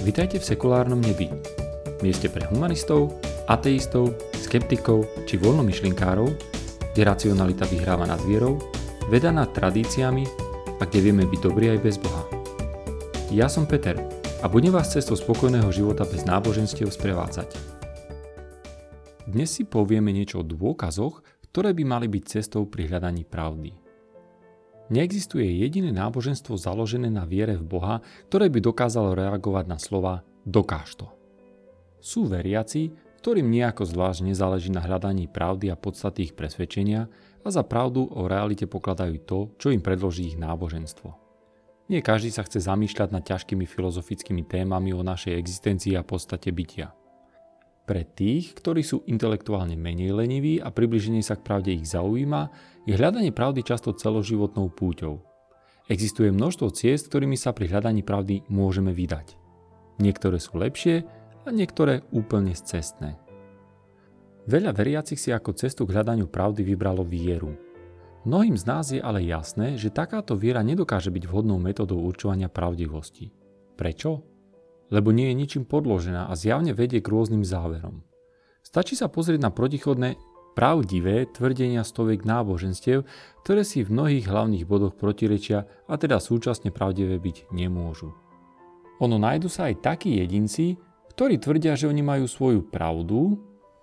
Vitajte v sekulárnom nebi. Mieste pre humanistov, ateistov, skeptikov či voľnomyšlinkárov, kde racionalita vyhráva nad vierou, veda nad tradíciami a kde vieme byť dobrí aj bez Boha. Ja som Peter a budem vás cestou spokojného života bez náboženstiev sprevádzať. Dnes si povieme niečo o dôkazoch, ktoré by mali byť cestou pri hľadaní pravdy. Neexistuje jediné náboženstvo založené na viere v Boha, ktoré by dokázalo reagovať na slova dokáž to. Sú veriaci, ktorým nejako zvlášť nezáleží na hľadaní pravdy a podstaty ich presvedčenia a za pravdu o realite pokladajú to, čo im predloží ich náboženstvo. Nie každý sa chce zamýšľať nad ťažkými filozofickými témami o našej existencii a podstate bytia. Pre tých, ktorí sú intelektuálne menej leniví a približenie sa k pravde ich zaujíma, je hľadanie pravdy často celoživotnou púťou. Existuje množstvo ciest, ktorými sa pri hľadaní pravdy môžeme vydať. Niektoré sú lepšie a niektoré úplne scestné. Veľa veriacich si ako cestu k hľadaniu pravdy vybralo vieru. Mnohým z nás je ale jasné, že takáto viera nedokáže byť vhodnou metódou určovania pravdivosti. Prečo? Lebo nie je ničím podložená a zjavne vedie k rôznym záverom. Stačí sa pozrieť na protichodné, pravdivé tvrdenia stoviek náboženstiev, ktoré si v mnohých hlavných bodoch protirečia a teda súčasne pravdivé byť nemôžu. Ono nájdu sa aj takí jedinci, ktorí tvrdia, že oni majú svoju pravdu,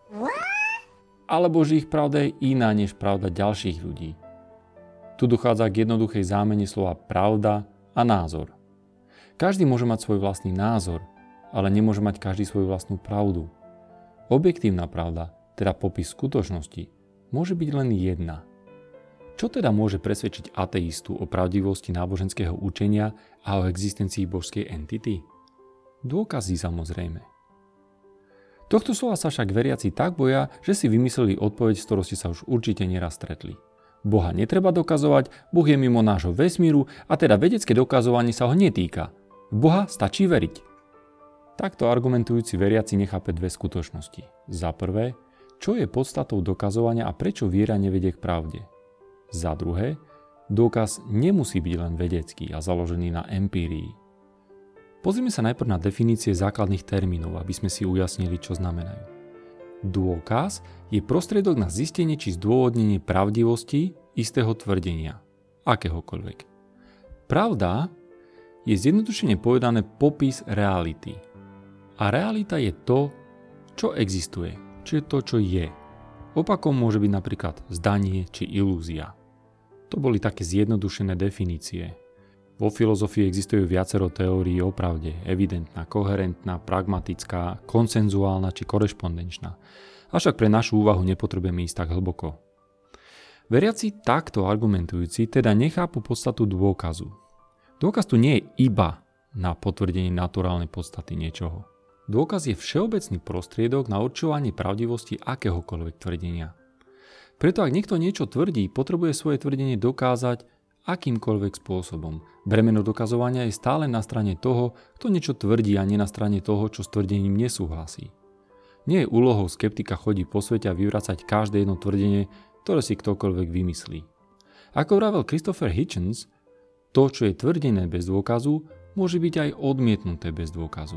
alebo že ich pravda je iná než pravda ďalších ľudí. Tu dochádza k jednoduchej zámene slova pravda a názor. Každý môže mať svoj vlastný názor, ale nemôže mať každý svoju vlastnú pravdu. Objektívna pravda, teda popis skutočnosti, môže byť len jedna. Čo teda môže presvedčiť ateistu o pravdivosti náboženského učenia a o existencii božskej entity? Dôkazy samozrejme. Tohto slova sa však veriaci tak boja, že si vymysleli odpoveď, s ktorou ste sa už určite neraz stretli. Boha netreba dokazovať, Boh je mimo nášho vesmíru a teda vedecké dokazovanie sa ho netýka. V Boha stačí veriť. Takto argumentujúci veriaci nechápe dve skutočnosti. Za prvé, čo je podstatou dokazovania a prečo viera nevedie k pravde. Za druhé, dôkaz nemusí byť len vedecký a založený na empírii. Pozrime sa najprv na definície základných termínov, aby sme si ujasnili, čo znamenajú. Dôkaz je prostriedok na zistenie či zdôvodnenie pravdivosti istého tvrdenia, akéhokoľvek. Pravda je zjednodušene povedané popis reality. A realita je to, čo existuje, čiže to, čo je. Opakom môže byť napríklad zdanie či ilúzia. To boli také zjednodušené definície. Vo filozofii existujú viacero teórií o pravde, evidentná, koherentná, pragmatická, konsenzuálna či korešpondenčná. Avšak pre našu úvahu nepotrebujeme ísť tak hlboko. Veriaci takto argumentujúci teda nechápu podstatu dôkazu. Dôkaz tu nie je iba na potvrdenie naturálnej podstaty niečoho. Dôkaz je všeobecný prostriedok na určovanie pravdivosti akéhokoľvek tvrdenia. Preto ak niekto niečo tvrdí, potrebuje svoje tvrdenie dokázať akýmkoľvek spôsobom. Bremeno dokazovania je stále na strane toho, kto niečo tvrdí a nie na strane toho, čo s tvrdením nesúhlasí. Nie je úlohou skeptika chodiť po svete a vyvracať každé jedno tvrdenie, ktoré si ktokoľvek vymyslí. Ako vravel Christopher Hitchens, to, čo je tvrdené bez dôkazu, môže byť aj odmietnuté bez dôkazu.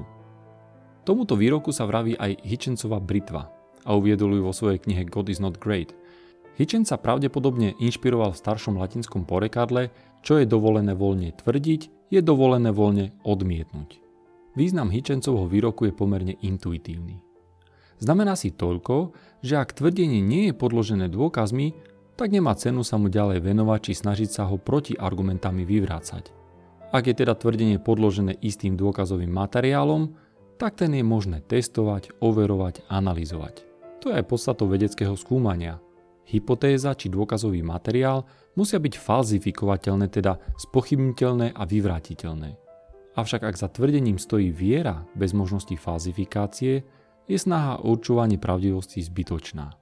Tomuto výroku sa vraví aj Hitchensova britva a uviedol ju vo svojej knihe God is not great. Hitchens sa pravdepodobne inšpiroval v staršom latinskom porekadle, čo je dovolené voľne tvrdiť, je dovolené voľne odmietnúť. Význam Hitchensovho výroku je pomerne intuitívny. Znamená si toľko, že ak tvrdenie nie je podložené dôkazmi, tak nemá cenu sa mu ďalej venovať či snažiť sa ho proti argumentami vyvrácať. Ak je teda tvrdenie podložené istým dôkazovým materiálom, tak ten je možné testovať, overovať, analyzovať. To je aj podstatou vedeckého skúmania. Hypotéza či dôkazový materiál musia byť falzifikovateľné, teda spochybniteľné a vyvrátiteľné. Avšak ak za tvrdením stojí viera bez možnosti falzifikácie, je snaha o určovanie pravdivosti zbytočná.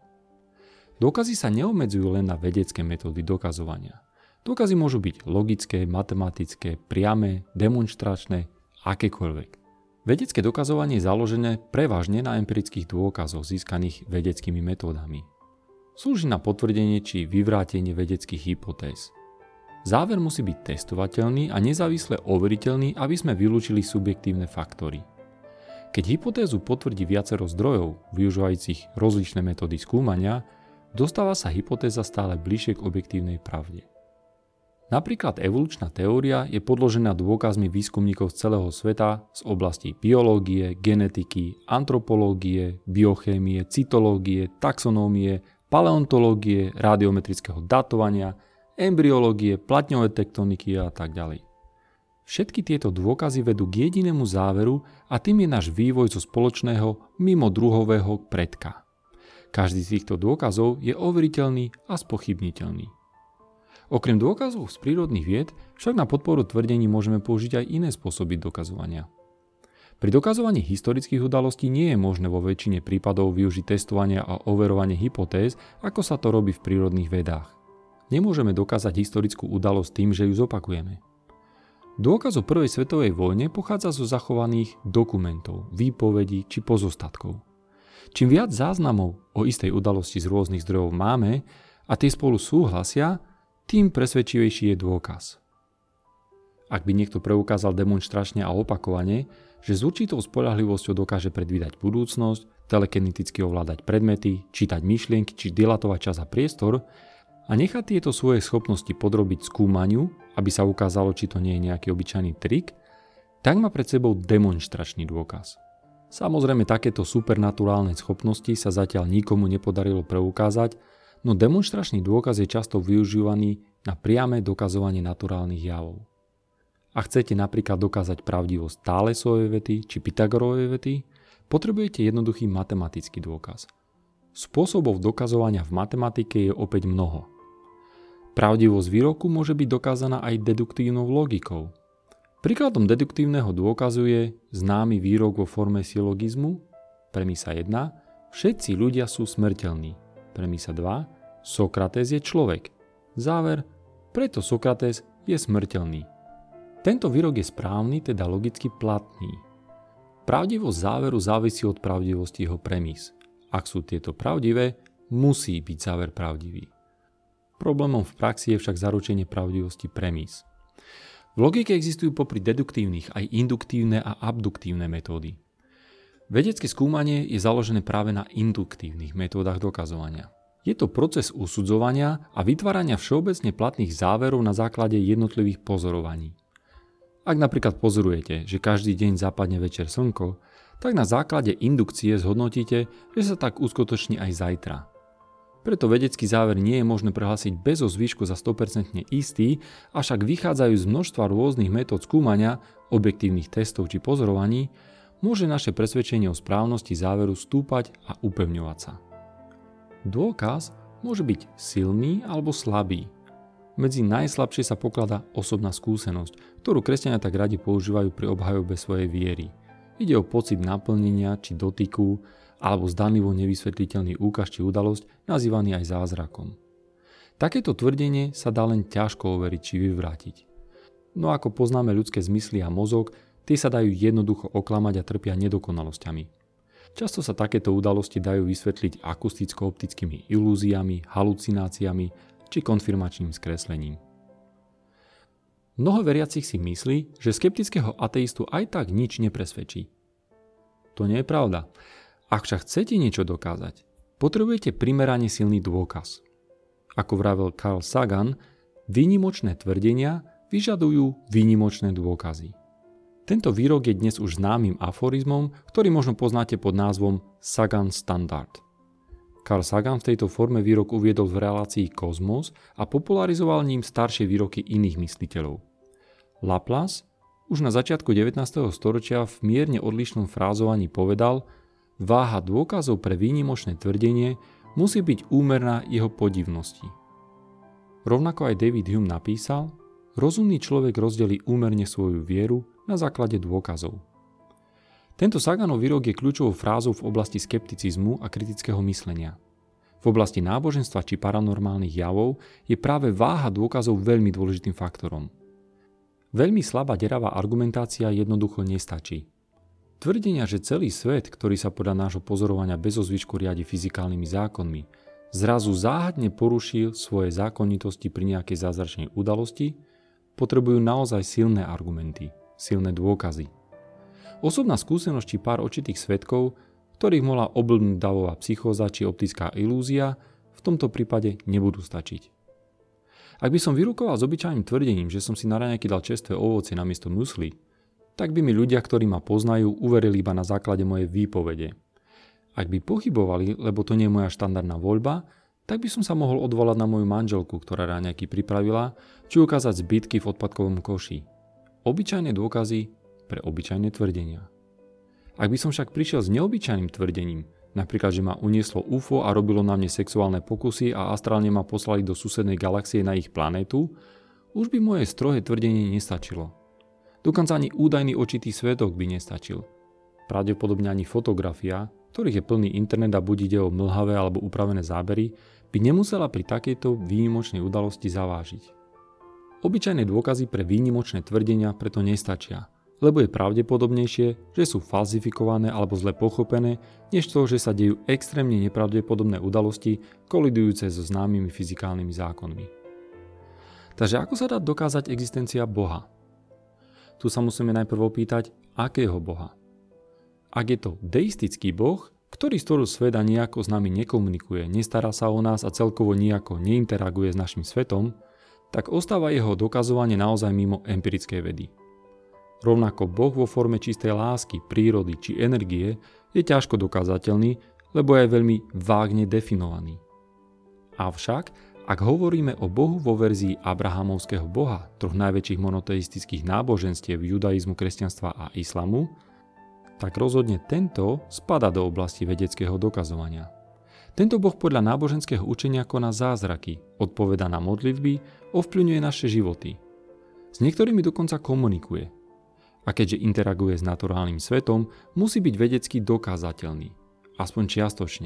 Dôkazy sa neobmedzujú len na vedecké metódy dokazovania. Dôkazy môžu byť logické, matematické, priame, demonštračné, akékoľvek. Vedecké dokazovanie je založené prevažne na empirických dôkazoch získaných vedeckými metódami. Slúži na potvrdenie či vyvrátenie vedeckých hypotéz. Záver musí byť testovateľný a nezávisle overiteľný, aby sme vylúčili subjektívne faktory. Keď hypotézu potvrdí viacero zdrojov, využívajúcich rozličné metódy skúmania, dostáva sa hypotéza stále bližšie k objektívnej pravde. Napríklad evolučná teória je podložená dôkazmi výskumníkov z celého sveta z oblastí biológie, genetiky, antropológie, biochémie, cytológie, taxonómie, paleontológie, radiometrického datovania, embryológie, platňové tektoniky a tak ďalej. Všetky tieto dôkazy vedú k jedinému záveru a tým je náš vývoj zo spoločného mimo druhového predka. Každý z týchto dôkazov je overiteľný a spochybniteľný. Okrem dôkazov z prírodných vied však na podporu tvrdení môžeme použiť aj iné spôsoby dokazovania. Pri dokazovaní historických udalostí nie je možné vo väčšine prípadov využiť testovanie a overovanie hypotéz, ako sa to robí v prírodných vedách. Nemôžeme dokázať historickú udalosť tým, že ju zopakujeme. Dôkaz o prvej svetovej vojne pochádza zo zachovaných dokumentov, výpovedí či pozostatkov. Čím viac záznamov o istej udalosti z rôznych zdrojov máme a tie spolu súhlasia, tým presvedčivejší je dôkaz. Ak by niekto preukázal demonštračne a opakovane, že s určitou spoľahlivosťou dokáže predvídať budúcnosť, telekineticky ovládať predmety, čítať myšlienky či dilatovať čas a priestor, a nechať tieto svoje schopnosti podrobiť skúmaniu, aby sa ukázalo, či to nie je nejaký obyčajný trik, tak má pred sebou demonštračný dôkaz. Samozrejme, takéto supernaturálne schopnosti sa zatiaľ nikomu nepodarilo preukázať, no demonštračný dôkaz je často využívaný na priame dokazovanie naturálnych javov. Ak chcete napríklad dokázať pravdivosť Thalesovej vety či Pythagorovej vety, potrebujete jednoduchý matematický dôkaz. Spôsobov dokazovania v matematike je opäť mnoho. Pravdivosť výroku môže byť dokázaná aj deduktívnou logikou. Príkladom deduktívneho dôkazu je známy výrok vo forme silogizmu, premisa 1, všetci ľudia sú smrteľní, premisa 2, Sokrates je človek, záver, preto Sokrates je smrteľný. Tento výrok je správny, teda logicky platný. Pravdivosť záveru závisí od pravdivosti jeho premiss. Ak sú tieto pravdivé, musí byť záver pravdivý. Problémom v praxi je však zaručenie pravdivosti premiss. V logike existujú popri deduktívnych aj induktívne a abduktívne metódy. Vedecké skúmanie je založené práve na induktívnych metódach dokazovania. Je to proces usudzovania a vytvárania všeobecne platných záverov na základe jednotlivých pozorovaní. Ak napríklad pozorujete, že každý deň zapadne večer slnko, tak na základe indukcie zhodnotíte, že sa tak uskutoční aj zajtra. Preto vedecký záver nie je možné prehlásiť bez zvyšku za 100% istý, avšak vychádzajú z množstva rôznych metód skúmania, objektívnych testov či pozorovaní, môže naše presvedčenie o správnosti záveru stúpať a upevňovať sa. Dôkaz môže byť silný alebo slabý. Medzi najslabšie sa pokladá osobná skúsenosť, ktorú kresťania tak radi používajú pri obhajobe svojej viery. Ide o pocit naplnenia či dotyku, alebo zdanlivo nevysvetliteľný úkaz či udalosť, nazývaný aj zázrakom. Takéto tvrdenie sa dá len ťažko overiť či vyvrátiť. No ako poznáme ľudské zmysly a mozog, tie sa dajú jednoducho oklamať a trpia nedokonalosťami. Často sa takéto udalosti dajú vysvetliť akusticko-optickými ilúziami, halucináciami či konfirmačným skreslením. Mnoho veriacich si myslí, že skeptického ateistu aj tak nič nepresvedčí. To nie je pravda. Ak však chcete niečo dokázať, potrebujete primerane silný dôkaz. Ako vravel Carl Sagan, výnimočné tvrdenia vyžadujú výnimočné dôkazy. Tento výrok je dnes už známym aforizmom, ktorý možno poznáte pod názvom Sagan Standard. Carl Sagan v tejto forme výrok uviedol v relácii Kozmos a popularizoval ním staršie výroky iných mysliteľov. Laplace už na začiatku 19. storočia v mierne odlišnom frázovaní povedal: váha dôkazov pre výnimočné tvrdenie musí byť úmerná jeho podivnosti. Rovnako aj David Hume napísal: rozumný človek rozdelí úmerne svoju vieru na základe dôkazov. Tento Saganov výrok je kľúčovou frázou v oblasti skepticizmu a kritického myslenia. V oblasti náboženstva či paranormálnych javov je práve váha dôkazov veľmi dôležitým faktorom. Veľmi slabá deravá argumentácia jednoducho nestačí. Tvrdenia, že celý svet, ktorý sa podľa nášho pozorovania bez ozvyšku riadi fyzikálnymi zákonmi, zrazu záhadne porušil svoje zákonitosti pri nejakej zázračnej udalosti, potrebujú naozaj silné argumenty, silné dôkazy. Osobná skúsenosť či pár očitých svedkov, ktorých mohla oblbnúť davová psychóza či optická ilúzia, v tomto prípade nebudú stačiť. Ak by som vyrukoval s obyčajným tvrdením, že som si na raňajky dal čerstvé ovocie namiesto musli, tak by mi ľudia, ktorí ma poznajú, uverili iba na základe mojej výpovede. Ak by pochybovali, lebo to nie je moja štandardná voľba, tak by som sa mohol odvolať na moju manželku, ktorá raňajky pripravila, či ukázať zbytky v odpadkovom koši. Obyčajné dôkazy pre obyčajné tvrdenia. Ak by som však prišiel s neobyčajným tvrdením, napríklad, že ma unieslo UFO a robilo na mne sexuálne pokusy a astrálne ma poslali do susednej galaxie na ich planétu, už by moje strohé tvrdenie nestačilo. Dokonca ani údajný očitý svedok by nestačil. Pravdepodobne ani fotografia, ktorých je plný internet a buď ide o mlhavé alebo upravené zábery, by nemusela pri takejto výnimočnej udalosti zavážiť. Obyčajné dôkazy pre výnimočné tvrdenia preto nestačia, lebo je pravdepodobnejšie, že sú falzifikované alebo zle pochopené, než to, že sa dejú extrémne nepravdepodobné udalosti kolidujúce so známymi fyzikálnymi zákonmi. Takže ako sa dá dokázať existencia Boha? Tu sa musíme najprv opýtať, akého Boha. Ak je to deistický Boh, ktorý stvoril svet a nejako s nami nekomunikuje, nestará sa o nás a celkovo nejako neinteraguje s našim svetom, tak ostáva jeho dokazovanie naozaj mimo empirickej vedy. Rovnako Boh vo forme čistej lásky, prírody či energie je ťažko dokázateľný, lebo je veľmi vágne definovaný. Avšak, ak hovoríme o Bohu vo verzii abrahamovského Boha, troch najväčších monoteistických náboženstiev judaizmu, kresťanstva a islamu, tak rozhodne tento spada do oblasti vedeckého dokazovania. Tento Boh podľa náboženského učenia koná zázraky, odpovedá na modlitby, ovplyvňuje naše životy. S niektorými dokonca komunikuje. A keďže interaguje s naturálnym svetom, musí byť vedecky dokázateľný. Aspoň čiastočne.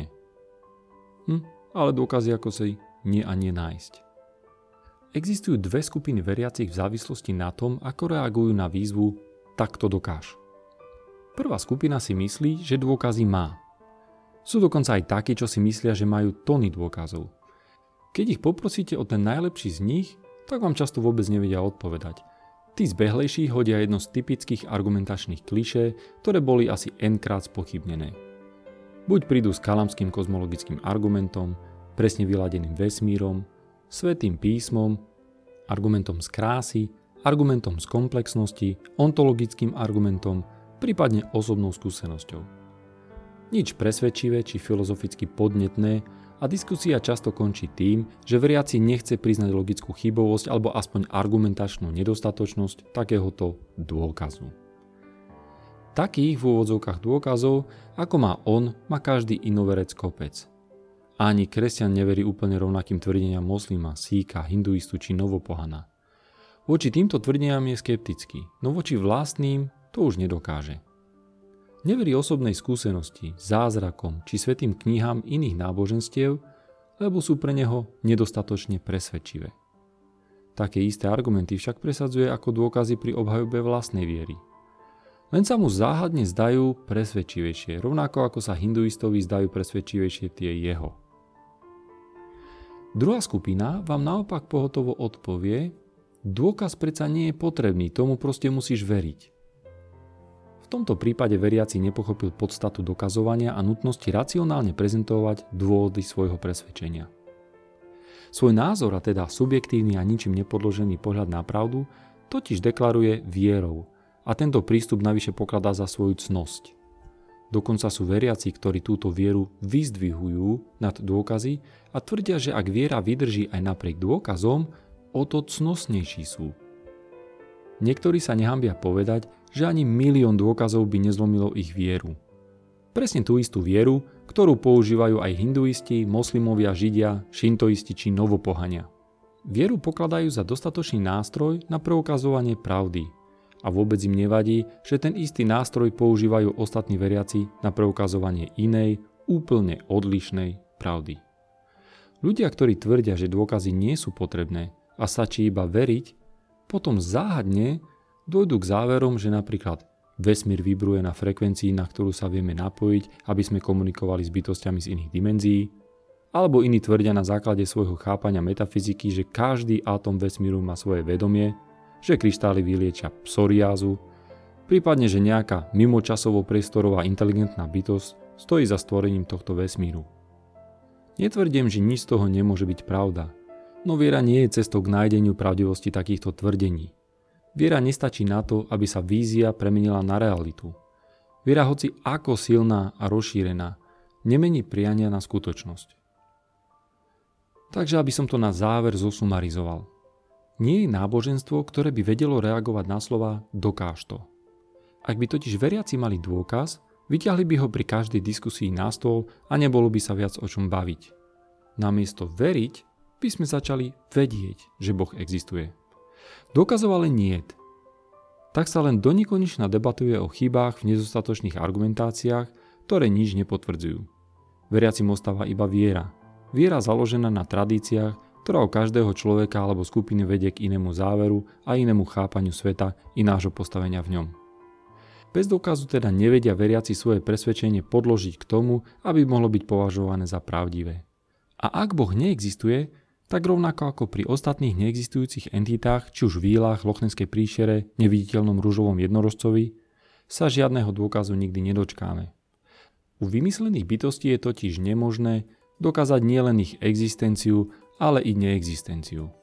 Ale dôkazy ako si nie a nie nájsť. Existujú dve skupiny veriacich v závislosti na tom, ako reagujú na výzvu takto dokáž. Prvá skupina si myslí, že dôkazy má. Sú dokonca aj takí, čo si myslia, že majú tony dôkazov. Keď ich poprosíte o ten najlepší z nich, tak vám často vôbec nevedia odpovedať. Tí zbehlejší hodia jedno z typických argumentačných klišé, ktoré boli asi n-krát spochybnené. Buď prídu s kalamským kozmologickým argumentom, presne vyladeným vesmírom, svätým písmom, argumentom z krásy, argumentom z komplexnosti, ontologickým argumentom, prípadne osobnou skúsenosťou. Nič presvedčivé či filozoficky podnetné a diskusia často končí tým, že veriaci nechce priznať logickú chybovosť alebo aspoň argumentačnú nedostatočnosť takéhoto dôkazu. Takých v úvodzovkách dôkazov, ako má on, má každý inoverec kopec. Ani kresťan neverí úplne rovnakým tvrdeniam moslima, síka, hinduistu či novopohana. Voči týmto tvrdeniam je skeptický, no voči vlastným to už nedokáže. Neverí osobnej skúsenosti, zázrakom či svätým knihám iných náboženstiev, lebo sú pre neho nedostatočne presvedčivé. Také isté argumenty však presadzuje ako dôkazy pri obhajobe vlastnej viery. Len sa mu záhadne zdajú presvedčivejšie, rovnako ako sa hinduistovi zdajú presvedčivejšie tie jeho. Druhá skupina vám naopak pohotovo odpovie, dôkaz predsa nie je potrebný, tomu proste musíš veriť. V tomto prípade veriaci nepochopil podstatu dokazovania a nutnosti racionálne prezentovať dôvody svojho presvedčenia. Svoj názor, a teda subjektívny a ničím nepodložený pohľad na pravdu, totiž deklaruje vierou a tento prístup navyše pokladá za svoju cnosť. Dokonca sú veriaci, ktorí túto vieru vyzdvihujú nad dôkazy a tvrdia, že ak viera vydrží aj napriek dôkazom, o to cnostnejší sú. Niektorí sa nehanbia povedať, že ani 1 000 000 dôkazov by nezlomilo ich vieru. Presne tú istú vieru, ktorú používajú aj hinduisti, moslimovia, židia, šintoisti či novopohania. Vieru pokladajú za dostatočný nástroj na preukazovanie pravdy. A vôbec im nevadí, že ten istý nástroj používajú ostatní veriaci na preukazovanie inej, úplne odlišnej pravdy. Ľudia, ktorí tvrdia, že dôkazy nie sú potrebné a stačí iba veriť, potom záhadne dojdú k záverom, že napríklad vesmír vibruje na frekvencii, na ktorú sa vieme napojiť, aby sme komunikovali s bytostiami z iných dimenzií, alebo iní tvrdia na základe svojho chápania metafyziky, že každý atom vesmíru má svoje vedomie, že kryštály vyliečia psoriázu, prípadne že nejaká mimočasovo-priestorová inteligentná bytosť stojí za stvorením tohto vesmíru. Netvrdím, že nič z toho nemôže byť pravda, no viera nie je cestou k nájdeniu pravdivosti takýchto tvrdení. Viera nestačí na to, aby sa vízia premenila na realitu. Viera, hoci ako silná a rozšírená, nemení priania na skutočnosť. Takže aby som to na záver zosumarizoval. Nie je náboženstvo, ktoré by vedelo reagovať na slova dokáž to. Ak by totiž veriaci mali dôkaz, vyťahli by ho pri každej diskusii na stôl a nebolo by sa viac o čom baviť. Namiesto veriť by sme začali vedieť, že Boh existuje. Dôkazov ale niet. Tak sa len donekonečna debatuje o chybách v nedostatočných argumentáciách, ktoré nič nepotvrdzujú. Veriacim ostáva iba viera. Viera založená na tradíciách, ktorá u každého človeka alebo skupiny vedie k inému záveru a inému chápaniu sveta i nášho postavenia v ňom. Bez dôkazu teda nevedia veriaci svoje presvedčenie podložiť k tomu, aby mohlo byť považované za pravdivé. A ak Boh neexistuje, tak rovnako ako pri ostatných neexistujúcich entitách, či už vílach, lochneskej príšere, neviditeľnom ružovom jednorožcovi, sa žiadneho dôkazu nikdy nedočkáme. U vymyslených bytostí je totiž nemožné dokázať nielen ich existenciu, ale i neexistenciu.